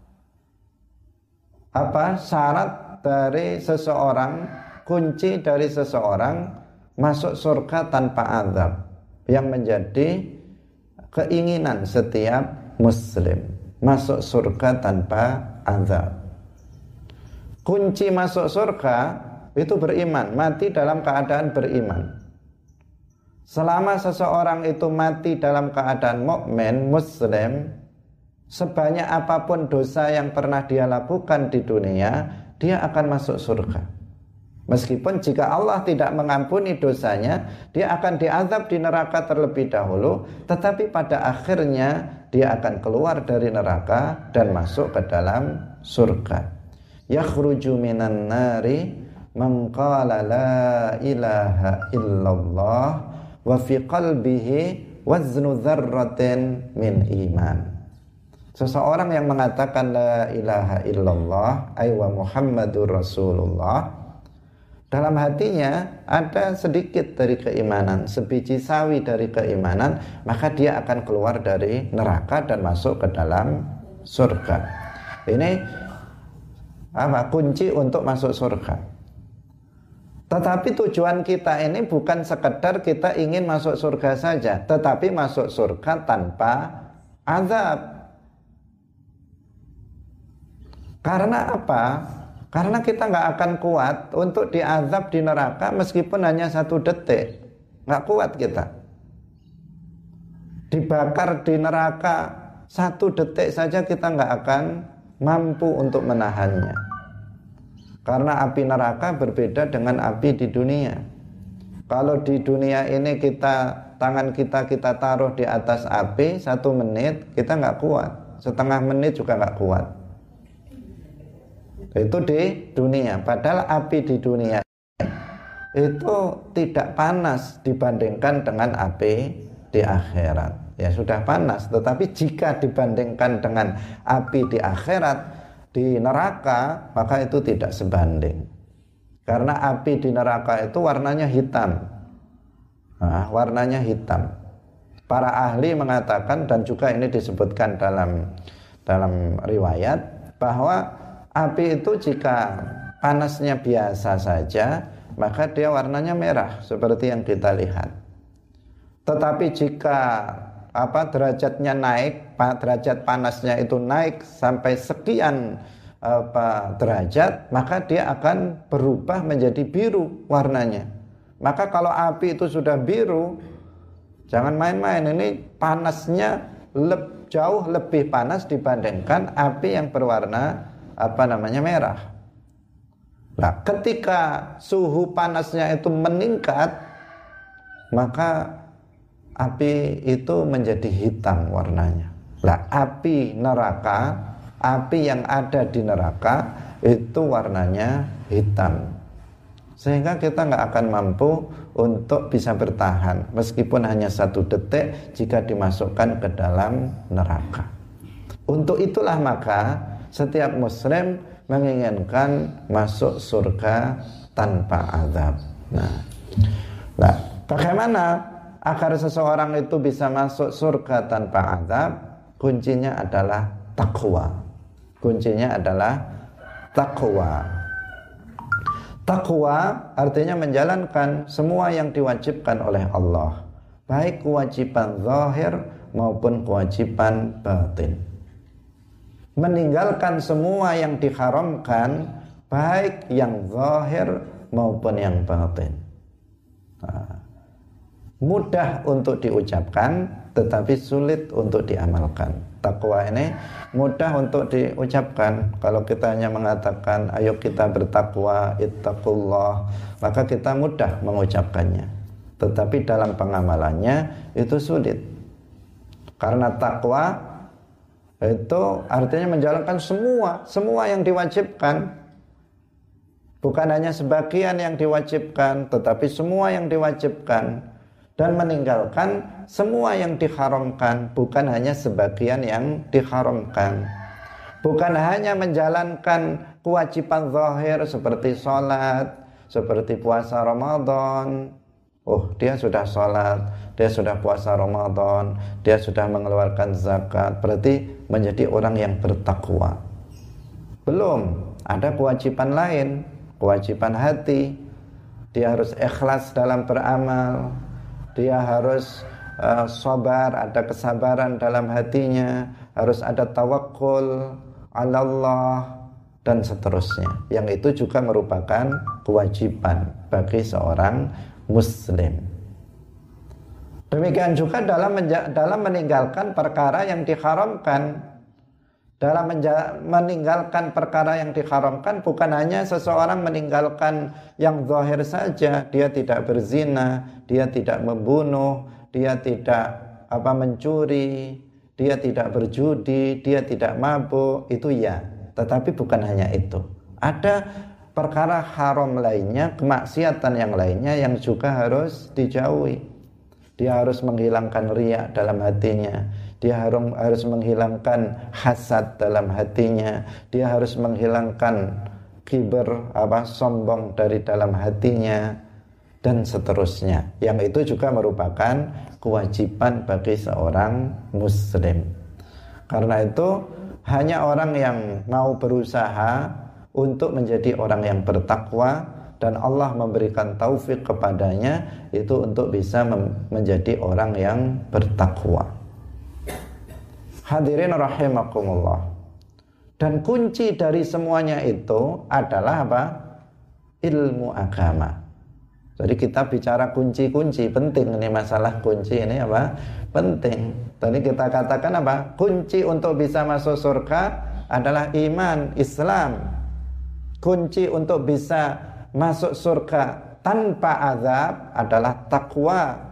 syarat dari seseorang, kunci dari seseorang masuk surga tanpa azab, yang menjadi keinginan setiap muslim, masuk surga tanpa azab. Kunci masuk surga itu beriman, mati dalam keadaan beriman. Selama seseorang itu mati dalam keadaan mukmin, muslim, sebanyak apapun dosa yang pernah dia lakukan di dunia, dia akan masuk surga. Meskipun jika Allah tidak mengampuni dosanya, dia akan diazab di neraka terlebih dahulu, tetapi pada akhirnya dia akan keluar dari neraka dan masuk ke dalam surga. Yakhruju minan nari man qala la ilaha illallah wa fi qalbihi waznu dzarratin min iman. Seseorang yang mengatakan la ilaha illallah ay wa Muhammadur Rasulullah, dalam hatinya ada sedikit dari keimanan, sebiji sawi dari keimanan, maka dia akan keluar dari neraka dan masuk ke dalam surga. Ini kunci untuk masuk surga. Tetapi tujuan kita ini bukan sekedar kita ingin masuk surga saja, tetapi masuk surga tanpa azab. Karena apa? Karena kita nggak akan kuat untuk diazab di neraka meskipun hanya 1 detik. Nggak kuat kita. Dibakar di neraka 1 detik saja kita nggak akan mampu untuk menahannya. Karena api neraka berbeda dengan api di dunia. Kalau di dunia ini tangan kita taruh di atas api 1 menit, kita nggak kuat. Setengah menit juga nggak kuat. Itu di dunia. Padahal api di dunia itu tidak panas dibandingkan dengan api di akhirat. Ya sudah panas, tetapi jika dibandingkan dengan api di akhirat, di neraka, maka itu tidak sebanding. Karena api di neraka itu warnanya hitam. Warnanya hitam. Para ahli mengatakan, dan juga ini disebutkan dalam riwayat, bahwa api itu jika panasnya biasa saja, maka dia warnanya merah seperti yang kita lihat. Tetapi jika derajatnya naik, derajat panasnya itu naik sampai sekian derajat, maka dia akan berubah menjadi biru warnanya. Maka kalau api itu sudah biru, jangan main-main, ini panasnya jauh lebih panas dibandingkan api yang berwarna merah. Nah, ketika suhu panasnya itu meningkat, maka api itu menjadi hitam warnanya. Nah, api neraka, api yang ada di neraka itu warnanya hitam. Sehingga kita nggak akan mampu untuk bisa bertahan meskipun hanya 1 detik jika dimasukkan ke dalam neraka. Untuk itulah maka setiap muslim menginginkan masuk surga tanpa azab. Nah, bagaimana agar seseorang itu bisa masuk surga tanpa azab? Kuncinya adalah taqwa. Kuncinya adalah taqwa. Taqwa artinya menjalankan semua yang diwajibkan oleh Allah, baik kewajiban zahir maupun kewajiban batin. Meninggalkan semua yang diharamkan, baik yang zahir maupun yang batin. mudah untuk diucapkan tetapi sulit untuk diamalkan. Takwa ini mudah untuk diucapkan. Kalau kita hanya mengatakan ayo kita bertakwa, ittaqullah, maka kita mudah mengucapkannya. Tetapi dalam pengamalannya itu sulit. Karena takwa itu artinya menjalankan semua yang diwajibkan. Bukan hanya sebagian yang diwajibkan, tetapi semua yang diwajibkan. Dan meninggalkan semua yang diharamkan, bukan hanya sebagian yang diharamkan. Bukan hanya menjalankan kewajiban zahir seperti sholat, seperti puasa Ramadan. Oh, dia sudah sholat, dia sudah puasa Ramadan, dia sudah mengeluarkan zakat, berarti menjadi orang yang bertakwa. Belum, ada kewajiban lain, kewajiban hati. Dia harus ikhlas dalam beramal. Dia harus sabar, ada kesabaran dalam hatinya, harus ada tawakkul ala Allah dan seterusnya. Yang itu juga merupakan kewajiban bagi seorang muslim. Demikian juga dalam meninggalkan perkara yang diharamkan. Dalam meninggalkan perkara yang diharamkan, bukan hanya seseorang meninggalkan yang zahir saja, dia tidak berzina, dia tidak membunuh, dia tidak mencuri, dia tidak berjudi, dia tidak mabuk, itu ya. Tetapi bukan hanya itu. Ada perkara haram lainnya, kemaksiatan yang lainnya yang juga harus dijauhi. Dia harus menghilangkan riya dalam hatinya. Dia harus menghilangkan hasad dalam hatinya. Dia harus menghilangkan kiber, sombong dari dalam hatinya, dan seterusnya. Yang itu juga merupakan kewajiban bagi seorang muslim. Karena itu hanya orang yang mau berusaha untuk menjadi orang yang bertakwa, dan Allah memberikan taufik kepadanya itu untuk bisa menjadi orang yang bertakwa. Hadirin rahimakumullah. Dan kunci dari semuanya itu adalah apa? Ilmu agama. Jadi kita bicara kunci-kunci, penting ini masalah kunci ini apa? Penting. Tadi kita katakan apa? Kunci untuk bisa masuk surga adalah iman, Islam. Kunci untuk bisa masuk surga tanpa azab adalah takwa.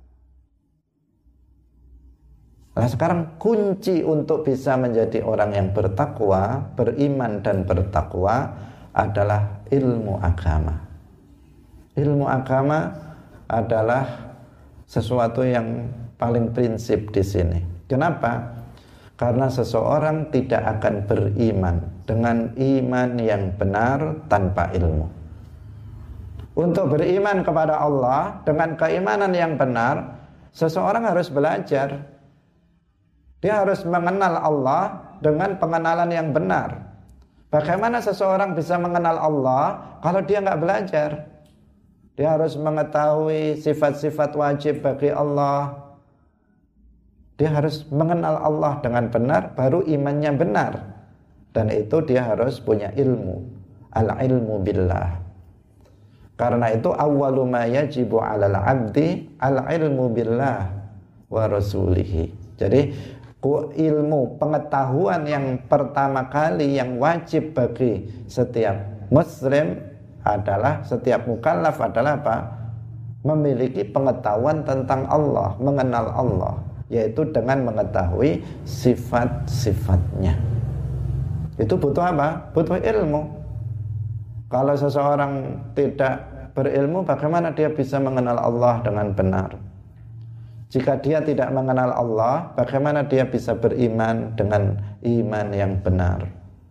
Nah sekarang kunci untuk bisa menjadi orang yang bertakwa, beriman dan bertakwa adalah ilmu agama. Ilmu agama adalah sesuatu yang paling prinsip di sini. Kenapa? Karena seseorang tidak akan beriman dengan iman yang benar tanpa ilmu. Untuk beriman kepada Allah dengan keimanan yang benar, seseorang harus belajar. Dia harus mengenal Allah dengan pengenalan yang benar. Bagaimana seseorang bisa mengenal Allah kalau dia nggak belajar? Dia harus mengetahui sifat-sifat wajib bagi Allah. Dia harus mengenal Allah dengan benar, baru imannya benar. Dan itu dia harus punya ilmu. Al-ilmu billah. Karena itu awwalu ma yajibu 'alal 'abdi al-ilmu billah wa rasulihi. Jadi ilmu, pengetahuan yang pertama kali yang wajib bagi setiap muslim adalah, setiap mukallaf adalah apa? Memiliki pengetahuan tentang Allah, mengenal Allah, yaitu dengan mengetahui sifat-sifatnya. Itu butuh apa? Butuh ilmu. Kalau seseorang tidak berilmu, bagaimana dia bisa mengenal Allah dengan benar? Jika dia tidak mengenal Allah, bagaimana dia bisa beriman dengan iman yang benar?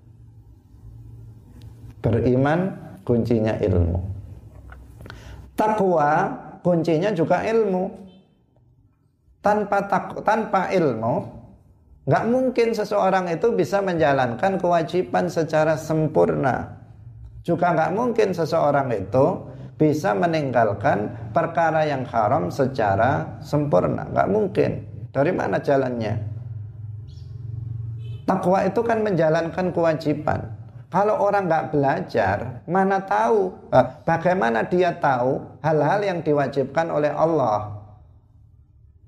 Beriman kuncinya ilmu. Takwa kuncinya juga ilmu. Tanpa ilmu, nggak mungkin seseorang itu bisa menjalankan kewajiban secara sempurna. Juga nggak mungkin seseorang itu bisa meninggalkan perkara yang haram secara sempurna. Nggak mungkin. Dari mana jalannya? Takwa itu kan menjalankan kewajiban. Kalau orang nggak belajar, mana tahu? Bagaimana dia tahu hal-hal yang diwajibkan oleh Allah?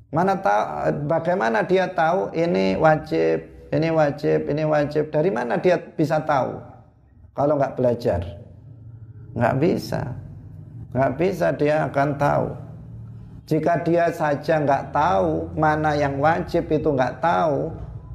Bagaimana dia tahu ini wajib, ini wajib, ini wajib? Dari mana dia bisa tahu kalau nggak belajar? Nggak bisa. Nggak bisa dia akan tahu. Jika dia saja nggak tahu mana yang wajib itu nggak tahu,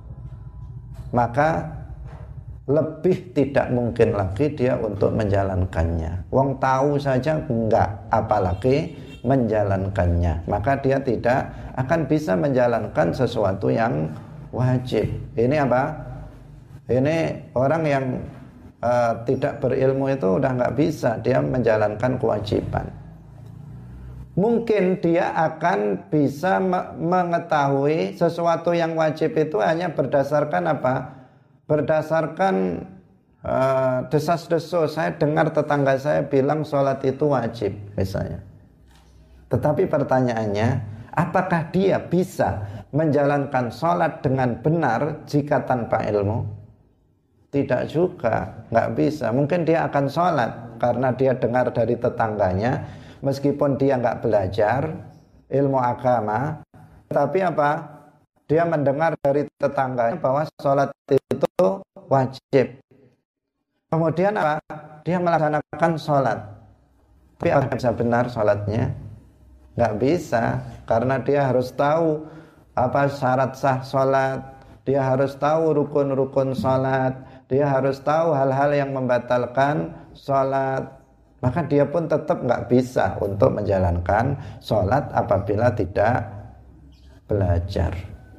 maka lebih tidak mungkin lagi dia untuk menjalankannya. Wong tahu saja enggak, apalagi menjalankannya. Maka dia tidak akan bisa menjalankan sesuatu yang wajib. Ini apa? Ini orang yang tidak berilmu itu udah enggak bisa dia menjalankan kewajiban. Mungkin dia akan bisa mengetahui sesuatu yang wajib itu hanya berdasarkan apa? Berdasarkan desas-desus. Saya dengar tetangga saya bilang sholat itu wajib misalnya. Tetapi pertanyaannya, apakah dia bisa menjalankan sholat dengan benar jika tanpa ilmu? Tidak juga, nggak bisa. Mungkin dia akan sholat karena dia dengar dari tetangganya, meskipun dia nggak belajar ilmu agama, tapi apa? Dia mendengar dari tetangganya bahwa sholat itu wajib. Kemudian apa? Dia melaksanakan sholat. Tapi apakah bisa benar sholatnya? Nggak bisa, karena dia harus tahu apa syarat sah sholat. Dia harus tahu rukun-rukun sholat. Dia harus tahu hal-hal yang membatalkan sholat. Maka dia pun tetap nggak bisa untuk menjalankan sholat apabila tidak belajar.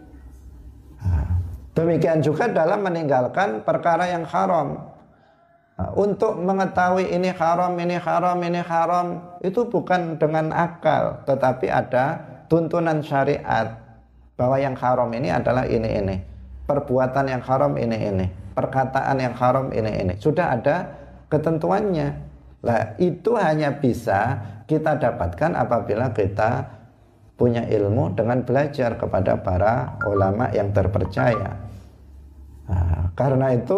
Demikian juga dalam meninggalkan perkara yang haram. Untuk mengetahui ini haram, ini haram, ini haram, itu bukan dengan akal, tetapi ada tuntunan syariat bahwa yang haram ini adalah ini. Perbuatan yang haram ini. Perkataan yang haram ini. Sudah ada ketentuannya. Lah, itu hanya bisa kita dapatkan apabila kita punya ilmu dengan belajar kepada para ulama yang terpercaya. Karena itu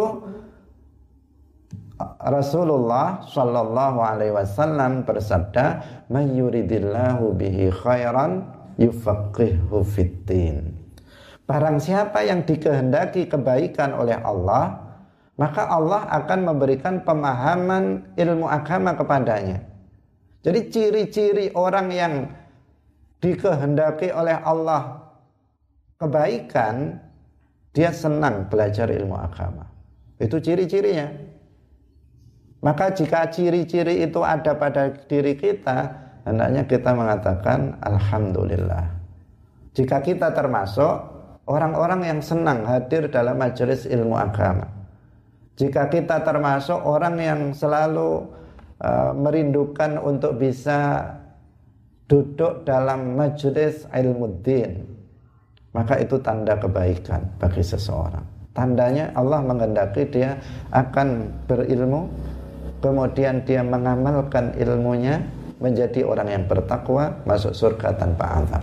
Rasulullah Shallallahu Alaihi Wasallam bersabda, "Man yuridillahu bihi khairan yufaqihu fiddin." Barang siapa yang dikehendaki kebaikan oleh Allah, maka Allah akan memberikan pemahaman ilmu agama kepadanya. Jadi ciri-ciri orang yang dikehendaki oleh Allah kebaikan, dia senang belajar ilmu agama. Itu ciri-cirinya. Maka jika ciri-ciri itu ada pada diri kita, hendaknya kita mengatakan alhamdulillah. Jika kita termasuk orang-orang yang senang hadir dalam majelis ilmu agama, jika kita termasuk orang yang selalu merindukan untuk bisa duduk dalam majelis ilmuddin, maka itu tanda kebaikan bagi seseorang. Tandanya Allah menghendaki dia akan berilmu, kemudian dia mengamalkan ilmunya menjadi orang yang bertakwa, masuk surga tanpa azab.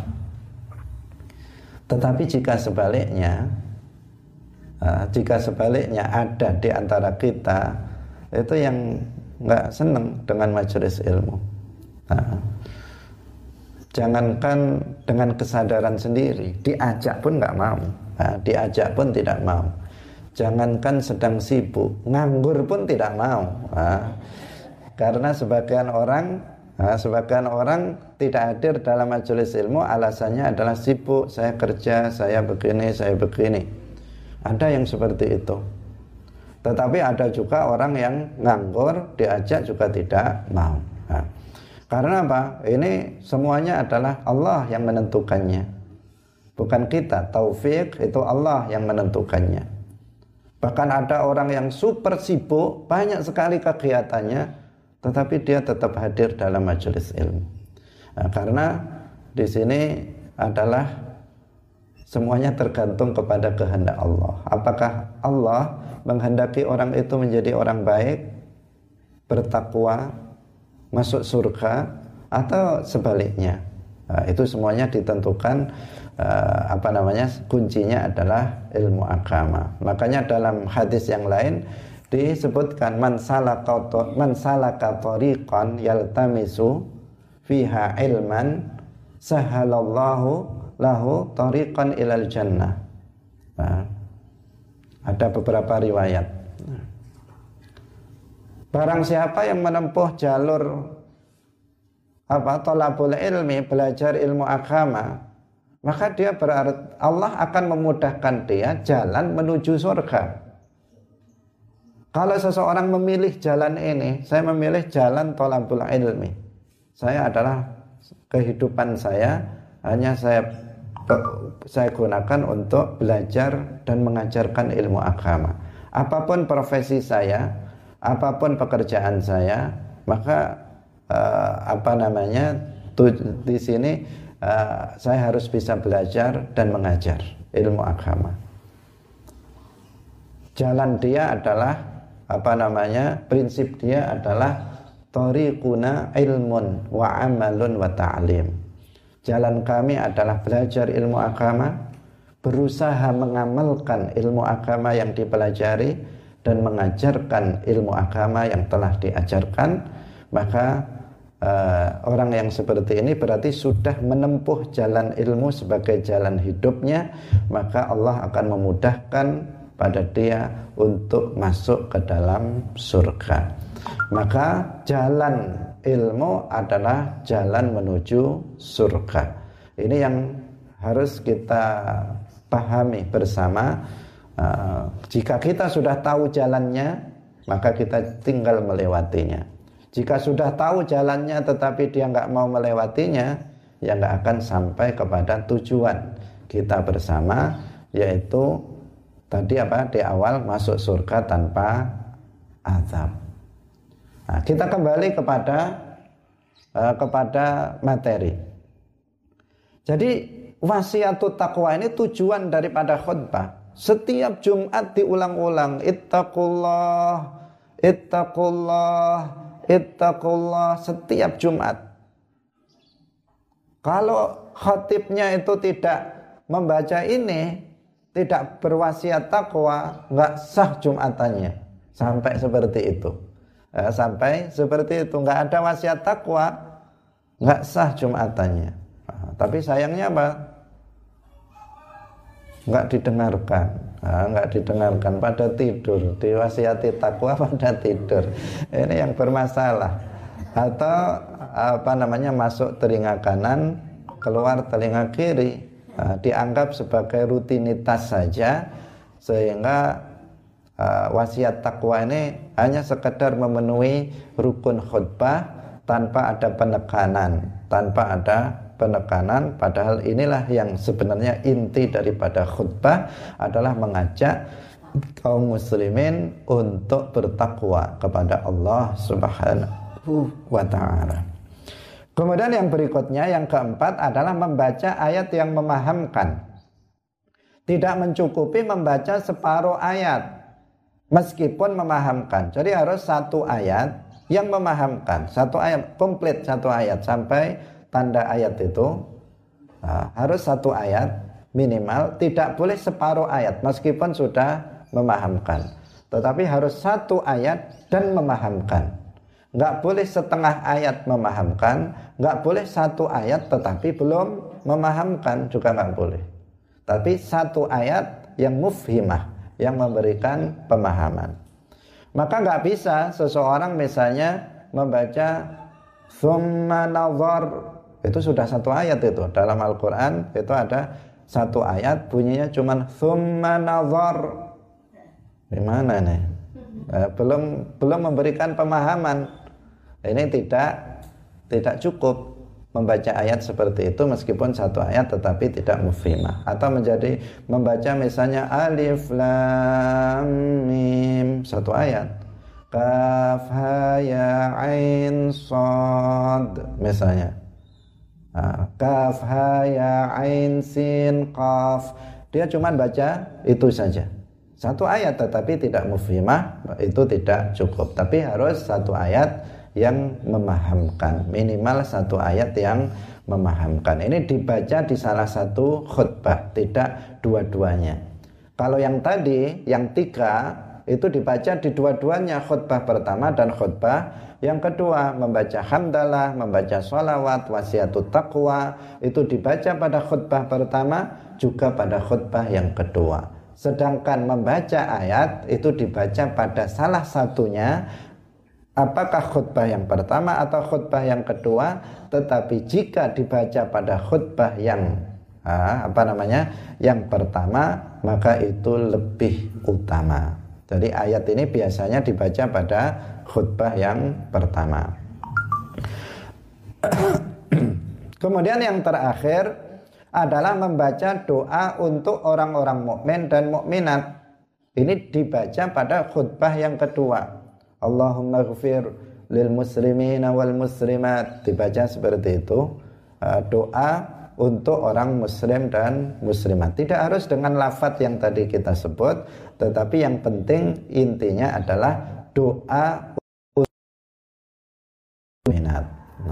Tetapi jika sebaliknya ada di antara kita itu yang nggak senang dengan majelis ilmu, jangankan dengan kesadaran sendiri, diajak pun nggak mau, diajak pun tidak mau. Jangankan sedang sibuk, nganggur pun tidak mau. Karena sebagian orang tidak hadir dalam majelis ilmu, alasannya adalah sibuk, saya kerja, saya begini. Ada yang seperti itu. Tetapi ada juga orang yang nganggur, diajak juga tidak mau. Karena apa? Ini semuanya adalah Allah yang menentukannya, bukan kita. Taufik itu Allah yang menentukannya. Bahkan ada orang yang super sibuk, banyak sekali kegiatannya, tetapi dia tetap hadir dalam majelis ilmu. Karena di sini adalah semuanya tergantung kepada kehendak Allah. Apakah Allah menghendaki orang itu menjadi orang baik, bertakwa, masuk surga, atau sebaliknya? Itu semuanya ditentukan, kuncinya adalah ilmu agama. Makanya dalam hadis yang lain disebutkan, man salaka tariqan yaltamisu fiha ilman sahalallahu lahu tariqan ilal jannah. Nah, ada beberapa riwayat. Barang siapa yang menempuh jalur thalabul ilmi, belajar ilmu agama, maka dia berarti Allah akan memudahkan dia jalan menuju surga. Kalau seseorang memilih jalan ini, saya memilih jalan thalabul ilmi. Saya adalah kehidupan saya hanya saya gunakan untuk belajar dan mengajarkan ilmu agama. Apapun profesi saya, apapun pekerjaan saya, maka di sini saya harus bisa belajar dan mengajar ilmu agama. Jalan dia adalah prinsip dia adalah thariquna ilmun wa amalun wa ta'lim. Jalan kami adalah belajar ilmu agama, berusaha mengamalkan ilmu agama yang dipelajari dan mengajarkan ilmu agama yang telah diajarkan. Maka orang yang seperti ini berarti sudah menempuh jalan ilmu sebagai jalan hidupnya, maka Allah akan memudahkan pada dia untuk masuk ke dalam surga. Maka jalan ilmu adalah jalan menuju surga. Ini yang harus kita pahami bersama. Jika kita sudah tahu jalannya, maka kita tinggal melewatinya. Jika sudah tahu jalannya tetapi dia nggak mau melewatinya, ya nggak akan sampai kepada tujuan kita bersama, yaitu tadi di awal masuk surga tanpa azab. Nah, kita kembali kepada materi. Jadi wasiatut taqwa ini tujuan daripada khutbah. Setiap Jumat diulang-ulang, ittaqullah, ittaqullah, ittaqullah, setiap Jumat. Kalau khatibnya itu tidak membaca ini, tidak berwasiat takwa, nggak sah Jumatannya. Sampai seperti itu. Sampai seperti itu, nggak ada wasiat takwa, nggak sah Jumatannya. Tapi sayangnya apa? Nggak didengarkan pada tidur. Diwasiati takwa pada tidur. Ini yang bermasalah. Atau masuk telinga kanan, keluar telinga kiri. Dianggap sebagai rutinitas saja, sehingga wasiat takwa ini hanya sekedar memenuhi rukun khutbah tanpa ada penekanan, padahal inilah yang sebenarnya inti daripada khutbah adalah mengajak kaum muslimin untuk bertakwa kepada Allah Subhanahu wa ta'ala. Kemudian yang berikutnya, yang keempat adalah membaca ayat yang memahamkan. Tidak mencukupi membaca separuh ayat meskipun memahamkan. Jadi harus satu ayat yang memahamkan, satu ayat komplit, satu ayat sampai tanda ayat itu harus satu ayat minimal, tidak boleh separuh ayat meskipun sudah memahamkan, tetapi harus satu ayat dan memahamkan. Nggak boleh setengah ayat memahamkan, nggak boleh satu ayat tetapi belum memahamkan, juga nggak boleh. Tapi satu ayat yang mufhimah, yang memberikan pemahaman. Maka nggak bisa seseorang misalnya membaca tsumma nazar, itu sudah satu ayat itu. Dalam Al-Quran itu ada satu ayat bunyinya cuman tsumma nazar. Gimana nih? Belum memberikan pemahaman. Ini tidak cukup membaca ayat seperti itu meskipun satu ayat tetapi tidak mufhimah. Atau menjadi membaca misalnya alif lam mim, satu ayat, kaf ha ya ain sad misalnya, kaf ha ya ain sin qaf, dia cuma baca itu saja, satu ayat tetapi tidak mufhimah, itu tidak cukup. Tapi harus satu ayat yang memahamkan, minimal satu ayat yang memahamkan. Ini dibaca di salah satu khutbah, tidak dua-duanya. Kalau yang tadi, yang 3 itu dibaca di dua-duanya, khutbah pertama dan khutbah Yang kedua, membaca hamdalah, membaca sholawat, wasiatut taqwa, itu dibaca pada khutbah pertama, juga pada khutbah yang kedua. Sedangkan membaca ayat itu dibaca pada salah satunya, apakah khutbah yang pertama atau khutbah yang kedua. Tetapi jika dibaca pada khutbah yang yang pertama, maka itu lebih utama. Jadi ayat ini biasanya dibaca pada khutbah yang pertama. Kemudian yang terakhir adalah membaca doa untuk orang-orang mukmin dan mukminat. Ini dibaca pada khutbah yang kedua. Allahumma ghfir lil muslimina wal muslimat, dibaca seperti itu. Doa untuk orang muslim dan muslimat. Tidak harus dengan lafaz yang tadi kita sebut, tetapi yang penting intinya adalah doa minat.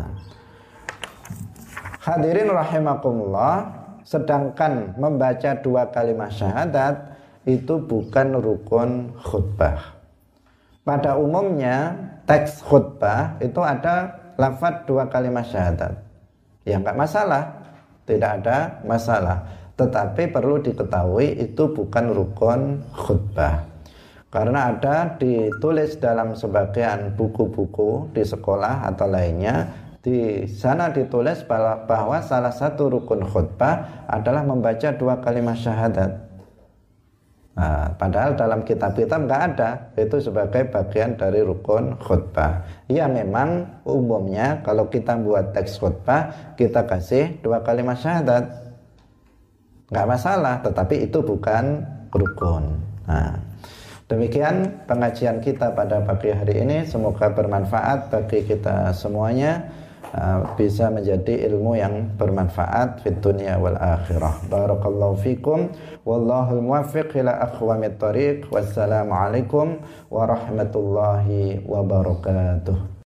Hadirin rahimakumullah, sedangkan membaca 2 kalimat syahadat itu bukan rukun khutbah. Pada umumnya teks khutbah itu ada lafaz 2 kalimat syahadat. Ya enggak masalah, tidak ada masalah. Tetapi perlu diketahui itu bukan rukun khutbah. Karena ada ditulis dalam sebagian buku-buku di sekolah atau lainnya, di sana ditulis bahwa salah satu rukun khutbah adalah membaca 2 kalimat syahadat. Padahal dalam kitab-kitab nggak ada itu sebagai bagian dari rukun khutbah. Ya memang umumnya kalau kita buat teks khutbah kita kasih 2 kalimat syahadat, nggak masalah, tetapi itu bukan rukun. Demikian pengajian kita pada pagi hari ini, semoga bermanfaat bagi kita semuanya, bisa menjadi ilmu yang bermanfaat fid dunya wal akhirah. Barakallahu fikum, wallahul muwaffiq ila aqwamit thoriq. Wassalamu alaikum warahmatullahi wabarakatuh.